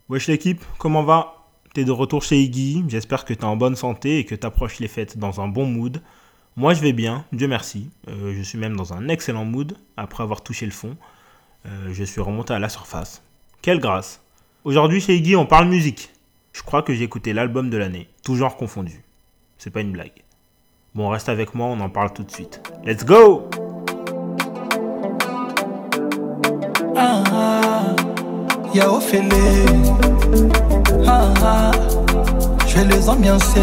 Wesh l'équipe, comment va? T'es de retour chez Iggy, j'espère que t'es en bonne santé et que t'approches les fêtes dans un bon mood. Moi je vais bien, Dieu merci. Je suis même dans un excellent mood après avoir touché le fond. Je suis remonté à la surface. Quelle grâce! Aujourd'hui chez Iggy on parle musique. Je crois que j'ai écouté l'album de l'année, tout genre confondu. C'est pas une blague. Bon, reste avec moi, on en parle tout de suite. Let's go! Ya Ophélie, je vais les ambiancer.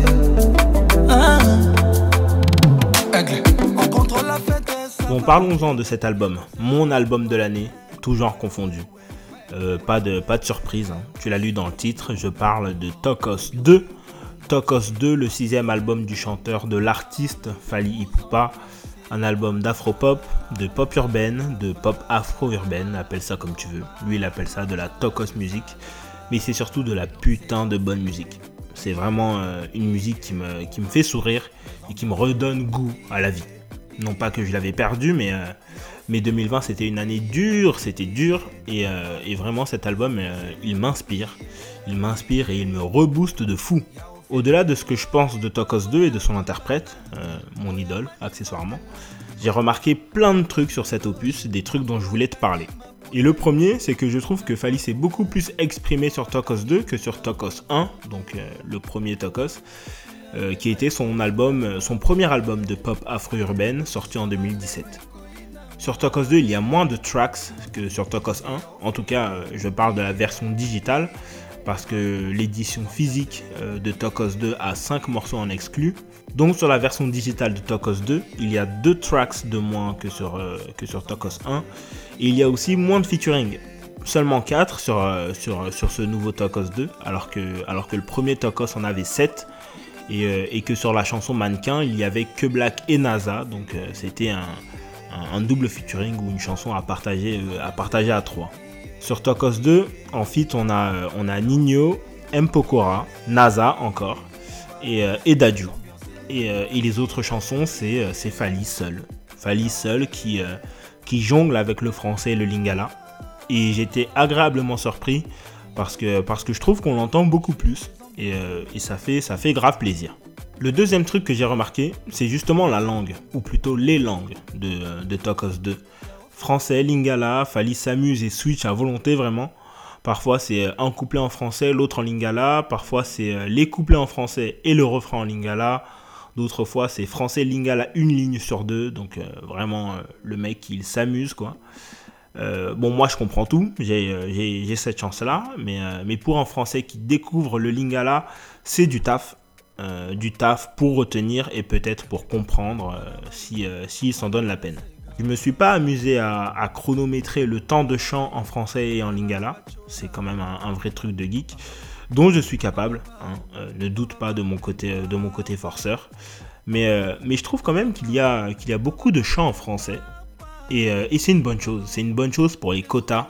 Aigle, on contrôle la fête. Bon, parlons-en de cet album, mon album de l'année, tout genre confondu. Pas de surprise, hein. Tu l'as lu dans le titre, je parle de Tokos 2. Tokos 2, le 6e album du chanteur, de l'artiste Fally Ipupa. Un album d'afro-pop, de pop urbaine, de pop afro-urbaine, appelle ça comme tu veux. Lui, il appelle ça de la Tokos music, mais c'est surtout de la putain de bonne musique. C'est vraiment une musique qui me fait sourire et qui me redonne goût à la vie. Non pas que je l'avais perdu, mais 2020 c'était une année dure, c'était dur, et vraiment cet album, il m'inspire et il me rebooste de fou. Au-delà de ce que je pense de Tokos 2 et de son interprète, mon idole, accessoirement, j'ai remarqué plein de trucs sur cet opus, des trucs dont je voulais te parler. Et le premier, c'est que je trouve que Fally s'est beaucoup plus exprimé sur Tokos 2 que sur Tokos 1, donc le premier Tokos, qui était son premier album de pop afro-urbaine, sorti en 2017. Sur Tokos 2, il y a moins de tracks que sur Tokos 1, en tout cas, je parle de la version digitale, parce que l'édition physique de Tokos 2 a 5 morceaux en exclus. Donc sur la version digitale de Tokos 2, il y a 2 tracks de moins que sur Tokos 1. Et il y a aussi moins de featuring. Seulement 4 sur ce nouveau Tokos 2, alors que le premier Tokos en avait 7. Et que sur la chanson Mannequin, il n'y avait que Black et NASA. Donc c'était un double featuring ou une chanson à partager à 3. Sur Tokos 2, en feat, on a Ninho, M. Pokora, NASA encore, et Dadju. Et les autres chansons, c'est Fally seul. Fally seul qui jongle avec le français et le lingala. Et j'étais agréablement surpris parce que je trouve qu'on l'entend beaucoup plus. Et ça fait grave plaisir. Le deuxième truc que j'ai remarqué, c'est justement la langue, ou plutôt les langues de Tokos 2. Français, lingala, Fally s'amuse et switch à volonté vraiment. Parfois c'est un couplet en français, l'autre en lingala. Parfois c'est les couplets en français et le refrain en lingala. D'autres fois c'est français, lingala, une ligne sur 2. Donc vraiment le mec il s'amuse quoi. Bon moi je comprends tout, j'ai cette chance là. Mais pour un français qui découvre le lingala, c'est du taf. Du taf pour retenir et peut-être pour comprendre s'il s'en donne la peine. Je me suis pas amusé à chronométrer le temps de chant en français et en lingala. C'est quand même un vrai truc de geek dont je suis capable. Ne doute pas de mon côté forceur. Mais je trouve quand même qu'il y a beaucoup de chants en français. Et c'est une bonne chose. C'est une bonne chose pour les quotas.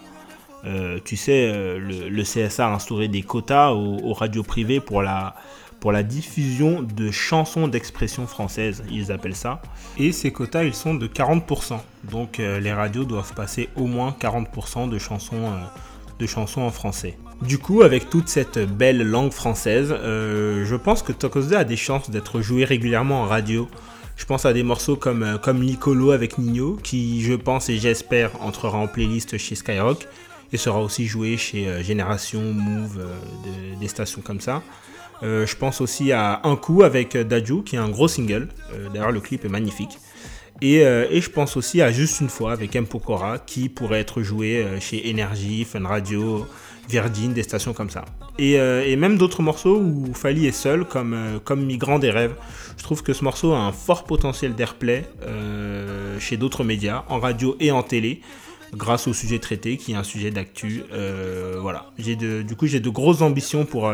Tu sais, le CSA a instauré des quotas aux radios privées pour la diffusion de chansons d'expression française, ils appellent ça. Et ces quotas, ils sont de 40%. Donc les radios doivent passer au moins 40% de chansons en français. Du coup, avec toute cette belle langue française, je pense que Tokos 2 a des chances d'être joué régulièrement en radio. Je pense à des morceaux comme Nicolo avec Ninho, qui, je pense et j'espère, entrera en playlist chez Skyrock et sera aussi joué chez Génération, Move, des stations comme ça. Je pense aussi à Un coup avec Dadju qui est un gros single, d'ailleurs le clip est magnifique, et je pense aussi à Juste une fois avec M. Pokora qui pourrait être joué chez Energy, Fun Radio, Virgin, des stations comme ça, et même d'autres morceaux où Fally est seul comme Migrant des rêves. Je trouve que ce morceau a un fort potentiel d'airplay chez d'autres médias, en radio et en télé, grâce au sujet traité qui est un sujet d'actu. Voilà, j'ai de grosses ambitions pour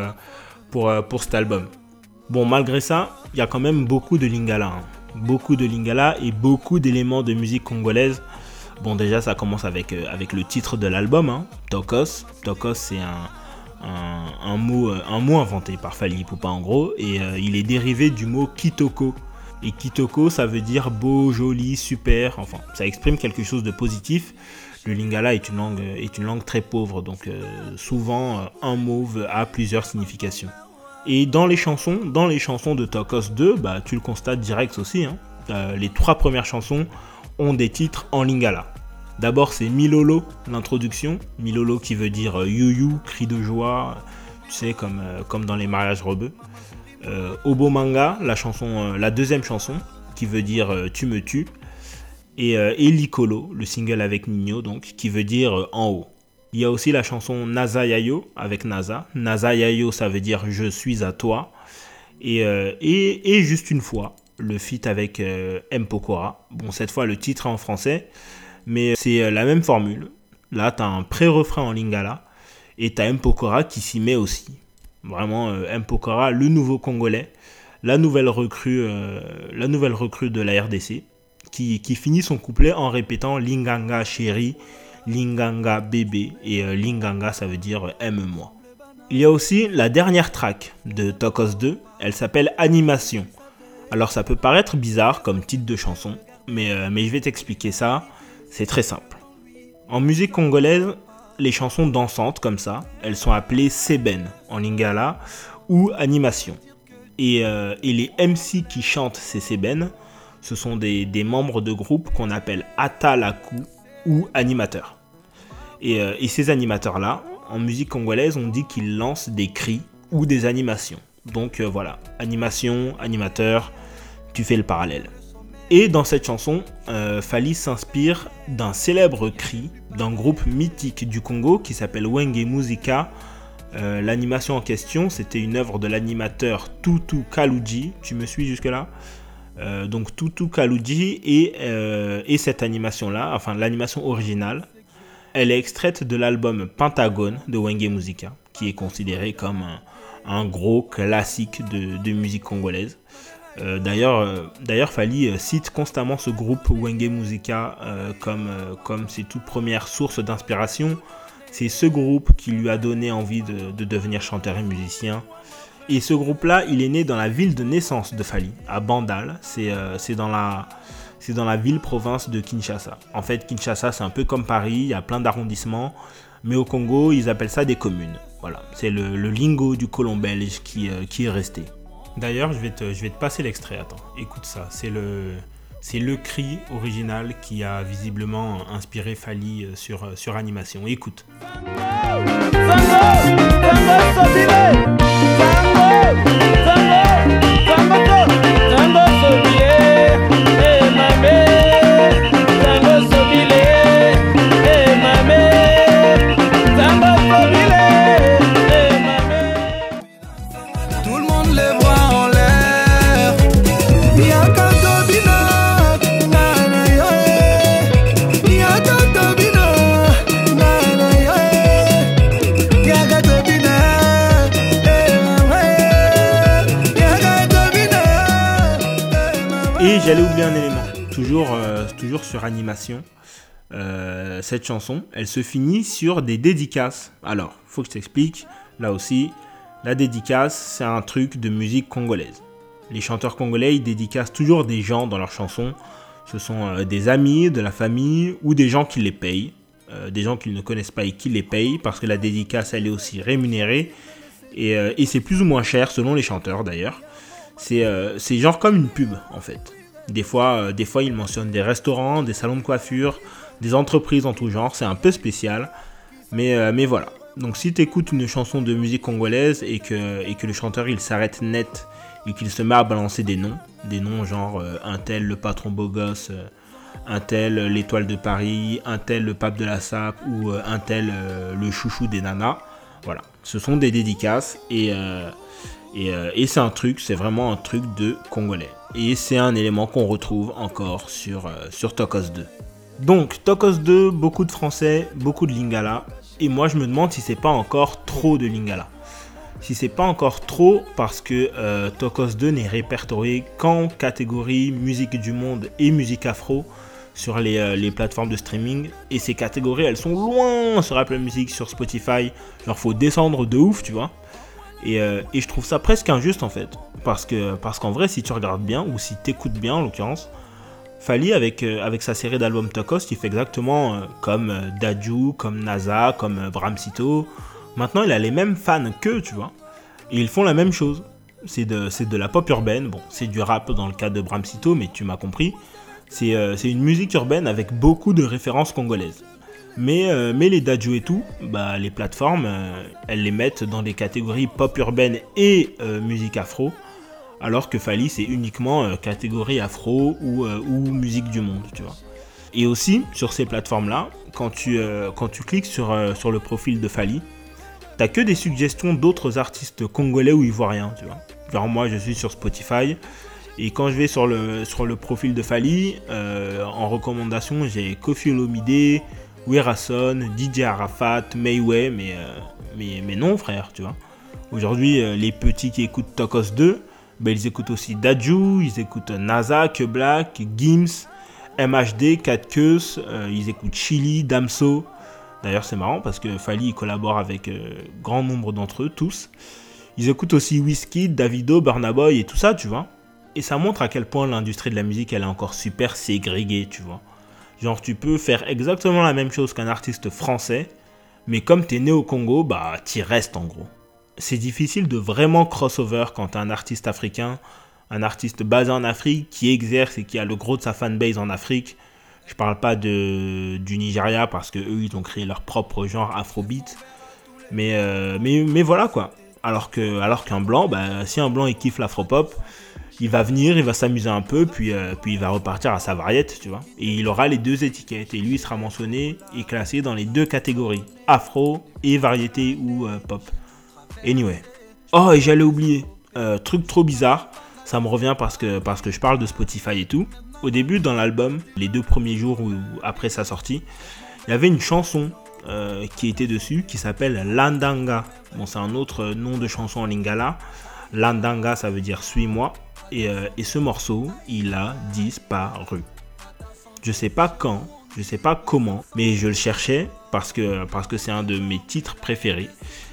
cet album. Bon, malgré ça, il y a quand même beaucoup de lingala. Beaucoup de lingala et beaucoup d'éléments de musique congolaise. Bon, déjà, ça commence avec le titre de l'album, Tokos. Tokos, c'est un mot inventé par Fally Ipupa en gros. Et il est dérivé du mot kitoko. Et kitoko, ça veut dire beau, joli, super. Enfin, ça exprime quelque chose de positif. Le lingala est une langue très pauvre, donc souvent un mot a plusieurs significations. Et dans les chansons de Tokos 2, bah, tu le constates direct aussi, hein. Les 3 premières chansons ont des titres en lingala. D'abord c'est Milolo, l'introduction. Milolo qui veut dire you, cri de joie, tu sais, comme dans les mariages rebeux. Obomanga, la deuxième chanson, qui veut dire tu me tues. Et Likolo, le single avec Nino, donc, qui veut dire en haut. Il y a aussi la chanson Nasa Yayo avec Nasa. Nasa Yayo, ça veut dire je suis à toi. Et juste une fois, le feat avec M. Pokora. Bon, cette fois, le titre est en français, mais c'est la même formule. Là, tu as un pré-refrain en lingala et tu as M. Pokora qui s'y met aussi. Vraiment, M. Pokora, le nouveau Congolais, la nouvelle recrue de la RDC, qui finit son couplet en répétant Linganga chérie, Linganga bébé, et Linganga ça veut dire aime-moi. Il y a aussi la dernière track de Tokos 2, elle s'appelle Animation. Alors ça peut paraître bizarre comme titre de chanson, mais je vais t'expliquer ça, c'est très simple. En musique congolaise, les chansons dansantes comme ça, elles sont appelées seben en lingala ou animation. Et les MC qui chantent ces seben, ce sont des membres de groupe qu'on appelle atalaku ou animateurs. Et ces animateurs-là, en musique congolaise, on dit qu'ils lancent des cris ou des animations. Donc voilà, animation, animateur, tu fais le parallèle. Et dans cette chanson, Fally s'inspire d'un célèbre cri d'un groupe mythique du Congo qui s'appelle Wenge Muzika. L'animation en question, c'était une œuvre de l'animateur Tutu Kaluji. Tu me suis jusque-là ? Donc Tutu Kaluji et cette animation-là, enfin l'animation originale, elle est extraite de l'album Pentagone de Wenge Muzika, qui est considéré comme un gros classique de musique congolaise. D'ailleurs, Fally cite constamment ce groupe Wenge Muzika comme ses toutes premières sources d'inspiration. C'est ce groupe qui lui a donné envie de devenir chanteur et musicien. Et ce groupe-là, il est né dans la ville de naissance de Fally, à Bandal. C'est dans la ville-province de Kinshasa. En fait, Kinshasa, c'est un peu comme Paris, il y a plein d'arrondissements. Mais au Congo, ils appellent ça des communes. Voilà, c'est le lingo du colon belge qui est resté. D'ailleurs, je vais te passer l'extrait. Attends, écoute ça. C'est le cri original qui a visiblement inspiré Fally sur animation. Écoute. Et j'allais oublier un élément, toujours sur animation. Cette chanson, elle se finit sur des dédicaces. Alors, faut que je t'explique. Là aussi, la dédicace, c'est un truc de musique congolaise. Les chanteurs congolais, ils dédicacent toujours des gens dans leurs chansons. Ce sont des amis, de la famille ou des gens qui les payent. Des gens qu'ils ne connaissent pas et qui les payent parce que la dédicace, elle est aussi rémunérée. Et c'est plus ou moins cher selon les chanteurs d'ailleurs. C'est genre comme une pub en fait. Des fois, ils mentionnent des restaurants, des salons de coiffure, des entreprises en tout genre. C'est un peu spécial. Mais voilà. Donc si tu écoutes une chanson de musique congolaise et que le chanteur il s'arrête net et qu'il se met à balancer des noms genre un tel le patron beau gosse, un tel l'étoile de Paris, un tel le pape de la SAP ou un tel le chouchou des nanas. Voilà, ce sont des dédicaces et c'est vraiment un truc de congolais. Et c'est un élément qu'on retrouve encore sur Tokos 2. Donc Tokos 2, beaucoup de français, beaucoup de lingala. Et moi je me demande si c'est pas encore trop de lingala. Si c'est pas encore trop parce que Tokos 2 n'est répertorié qu'en catégorie musique du monde et musique afro sur les plateformes de streaming. Et ces catégories elles sont loin sur Apple Music, sur Spotify. Genre faut descendre de ouf, tu vois. Et je trouve ça presque injuste en fait. Parce qu'en vrai si tu regardes bien ou si tu écoutes bien en l'occurrence, Fally, avec sa série d'albums Tokos, il fait exactement comme Dadju, comme NASA, comme Bramsito. Maintenant, il a les mêmes fans qu'eux, tu vois. Et ils font la même chose. C'est de la pop urbaine. Bon, c'est du rap dans le cas de Bramsito, mais tu m'as compris. C'est une musique urbaine avec beaucoup de références congolaises. Mais les Dadju et tout, bah, les plateformes, elles les mettent dans des catégories pop urbaine et musique afro. Alors que Fally, c'est uniquement catégorie afro ou musique du monde, tu vois. Et aussi, sur ces plateformes-là, quand tu cliques sur le profil de Fally, t'as que des suggestions d'autres artistes congolais ou ivoiriens, tu vois. Genre moi, je suis sur Spotify, et quand je vais sur le profil de Fally, en recommandation, j'ai Koffi Olomide, Werason, DJ Arafat, Mayway, mais non, frère, tu vois. Aujourd'hui, les petits qui écoutent Tokos 2, ben, ils écoutent aussi Dadju, ils écoutent NASA, Que Black, Gims, MHD, 4 Keus, ils écoutent Chili, Damso. D'ailleurs, c'est marrant parce que Fally il collabore avec grand nombre d'entre eux, tous. Ils écoutent aussi Wizkid, Davido, Burna Boy et tout ça, tu vois. Et ça montre à quel point l'industrie de la musique, elle est encore super ségrégée, tu vois. Genre, tu peux faire exactement la même chose qu'un artiste français, mais comme t'es né au Congo, bah, t'y restes en gros. C'est difficile de vraiment crossover quand t'es un artiste africain, un artiste basé en Afrique, qui exerce et qui a le gros de sa fanbase en Afrique. Je parle pas du Nigeria parce que eux ils ont créé leur propre genre Afrobeat. Mais voilà quoi. Alors qu'un blanc, bah, si un blanc il kiffe l'afropop, il va venir, il va s'amuser un peu, puis il va repartir à sa variette, tu vois. Et il aura les deux étiquettes. Et lui il sera mentionné et classé dans les deux catégories, afro et variété ou pop. Anyway. Oh, et j'allais oublier. Truc trop bizarre. Ça me revient parce que je parle de Spotify et tout. Au début, dans l'album, les 2 premiers jours ou après sa sortie, il y avait une chanson qui était dessus qui s'appelle Landanga. Bon, c'est un autre nom de chanson en lingala. Landanga, ça veut dire suis-moi. Et ce morceau, il a disparu. Je sais pas quand, je sais pas comment, mais je le cherchais parce que c'est un de mes titres préférés.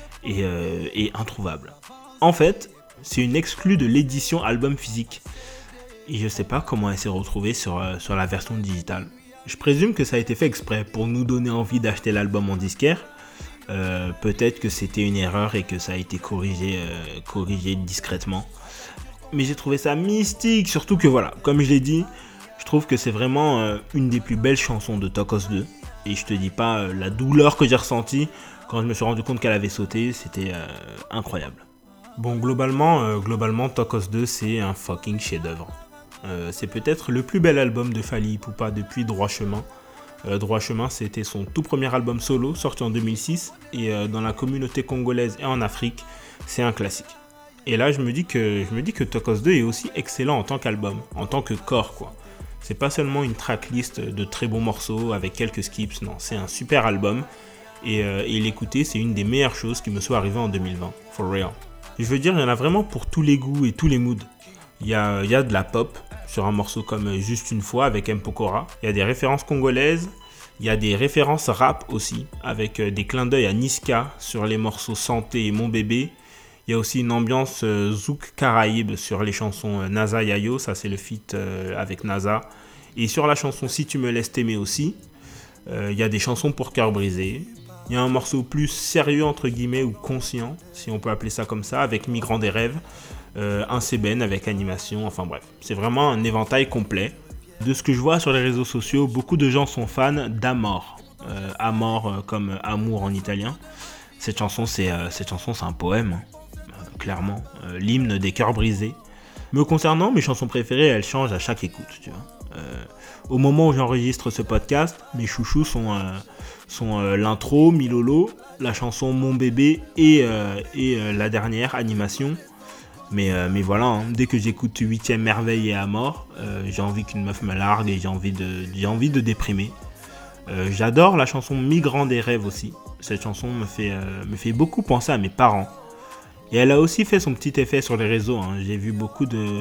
Et introuvable. En fait, c'est une exclue de l'édition album physique. Et je sais pas comment elle s'est retrouvée sur la version digitale. Je présume que ça a été fait exprès pour nous donner envie d'acheter l'album en disquaire. Peut-être que c'était une erreur et que ça a été corrigé discrètement. Mais j'ai trouvé ça mystique, surtout que voilà, comme je l'ai dit, je trouve que c'est vraiment une des plus belles chansons de Tokos 2. Et je te dis pas la douleur que j'ai ressentie quand je me suis rendu compte qu'elle avait sauté, c'était incroyable. Bon, globalement, Tokos 2, c'est un fucking chef-d'œuvre. C'est peut-être le plus bel album de Fally Ipupa depuis Droit Chemin. Droit Chemin, c'était son tout premier album solo, sorti en 2006. Et dans la communauté congolaise et en Afrique, c'est un classique. Et là, je me dis que Tokos 2 est aussi excellent en tant qu'album, en tant que corps, quoi. C'est pas seulement une tracklist de très bons morceaux avec quelques skips, non, c'est un super album. Et l'écouter, c'est une des meilleures choses qui me soit arrivée en 2020. For real. Je veux dire, il y en a vraiment pour tous les goûts et tous les moods. Il y a de la pop sur un morceau comme Juste une fois avec M. Pokora. Il y a des références congolaises. Il y a des références rap aussi, avec des clins d'œil à Niska sur les morceaux Santé et Mon Bébé. Il y a aussi une ambiance Zouk Caraïbe sur les chansons NASA Yayo, ça c'est le feat avec NASA. Et sur la chanson Si tu me laisses t'aimer aussi, il y a des chansons pour cœur brisé. Il y a un morceau plus sérieux entre guillemets ou conscient, si on peut appeler ça comme ça, avec Migrant des rêves. Un Seben avec animation, enfin bref. C'est vraiment un éventail complet. De ce que je vois sur les réseaux sociaux, beaucoup de gens sont fans d'Amor. Amor comme amour en italien. Cette chanson c'est un poème, clairement. L'hymne des cœurs brisés. Me concernant, mes chansons préférées, elles changent à chaque écoute, tu vois. Au moment où j'enregistre ce podcast, mes chouchous sont l'intro, Milolo, la chanson Mon Bébé et la dernière, Animation. Mais voilà, hein, dès que j'écoute 8ème Merveille et Amor, j'ai envie qu'une meuf me largue et j'ai envie de déprimer. J'adore la chanson Migrant des rêves aussi. Cette chanson me fait beaucoup penser à mes parents. Et elle a aussi fait son petit effet sur les réseaux. Hein. J'ai vu beaucoup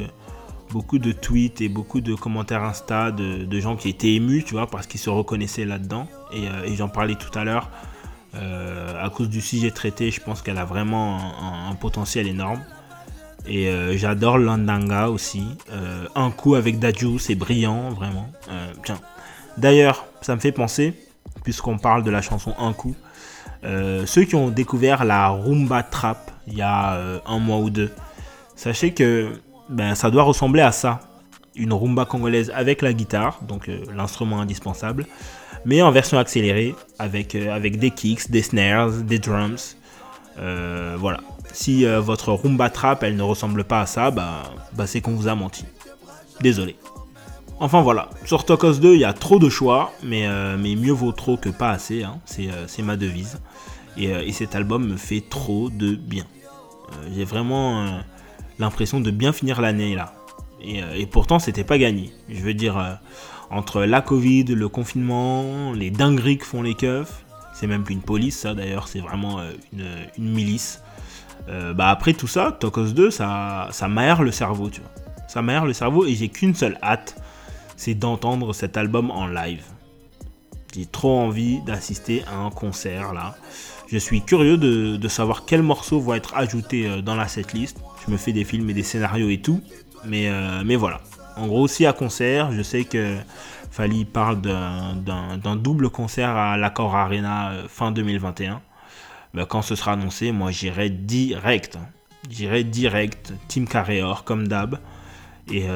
de tweets et beaucoup de commentaires Insta de gens qui étaient émus, tu vois, parce qu'ils se reconnaissaient là-dedans. Et j'en parlais tout à l'heure. À cause du sujet traité, je pense qu'elle a vraiment un potentiel énorme. Et j'adore Landanga aussi. Un coup avec Dadju, c'est brillant, vraiment. Tiens. D'ailleurs, ça me fait penser, puisqu'on parle de la chanson Un coup, ceux qui ont découvert la rumba trap il y a un mois ou deux, sachez que ça doit ressembler à ça. Une rumba congolaise avec la guitare, donc l'instrument indispensable, mais en version accélérée, avec des kicks, des snares, des drums. Voilà. Si votre rumba trap, elle ne ressemble pas à ça, c'est qu'on vous a menti. Désolé. Enfin voilà, sur Tokos 2, il y a trop de choix, mais mieux vaut trop que pas assez, hein. C'est ma devise. Et cet album me fait trop de bien. J'ai vraiment l'impression de bien finir l'année là. Et pourtant, c'était pas gagné. Je veux dire, entre la Covid, le confinement, les dingueries que font les keufs, c'est même plus une police, ça d'ailleurs, c'est vraiment une milice. Après tout ça, Tokos 2, ça m'aère le cerveau, tu vois. Ça m'aère le cerveau et j'ai qu'une seule hâte, c'est d'entendre cet album en live. J'ai trop envie d'assister à un concert là. Je suis curieux de savoir quels morceaux vont être ajoutés dans la setlist. Je me fais des films et des scénarios et tout. Mais voilà. En gros, si à concert, je sais que Fally parle d'un double concert à l'Accor Arena fin 2021. Quand ce sera annoncé, moi j'irai direct. J'irai direct, Team Carré-Or comme d'hab. Et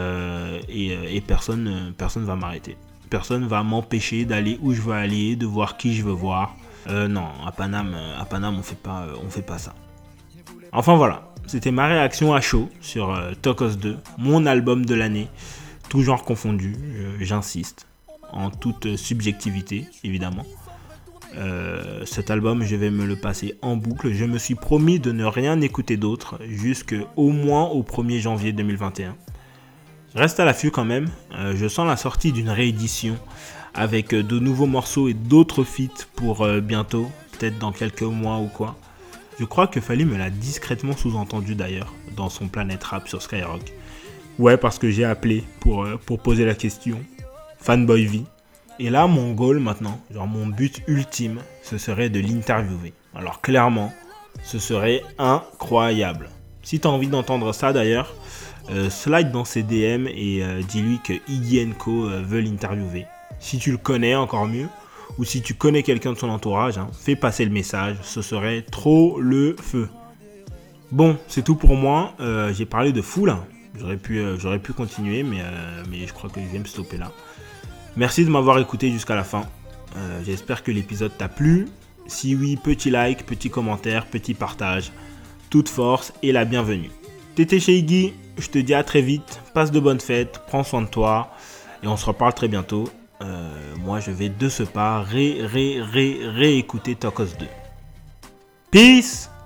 personne va m'arrêter. Personne va m'empêcher d'aller où je veux aller, de voir qui je veux voir. Non, à Paname on fait pas ça. Enfin voilà, c'était ma réaction à chaud sur Tokos 2, mon album de l'année, tout genre confondu, j'insiste, en toute subjectivité évidemment. Cet album, je vais me le passer en boucle. Je me suis promis de ne rien écouter d'autre jusqu'au moins au 1er janvier 2021. Je reste à l'affût quand même. Je sens la sortie d'une réédition avec de nouveaux morceaux et d'autres feats pour bientôt, peut-être dans quelques mois ou quoi. Je crois que Fally me l'a discrètement sous-entendu d'ailleurs dans son Planète Rap sur Skyrock. Ouais, parce que j'ai appelé pour poser la question. Fanboy V. Et là, mon goal maintenant, genre mon but ultime, ce serait de l'interviewer. Alors clairement, ce serait incroyable. Si tu as envie d'entendre ça d'ailleurs, slide dans ses DM et dis-lui que Iggy & Co veut l'interviewer. Si tu le connais, encore mieux. Ou si tu connais quelqu'un de son entourage, fais passer le message. Ce serait trop le feu. Bon, c'est tout pour moi. J'ai parlé de fou là. J'aurais pu continuer, mais je crois que je vais me stopper là. Merci de m'avoir écouté jusqu'à la fin. J'espère que l'épisode t'a plu. Si oui, petit like, petit commentaire, petit partage. Toute force et la bienvenue. T'étais chez Iggy. Je te dis à très vite. Passe de bonnes fêtes. Prends soin de toi. Et on se reparle très bientôt. Moi, je vais de ce pas réécouter Tokos 2. Peace!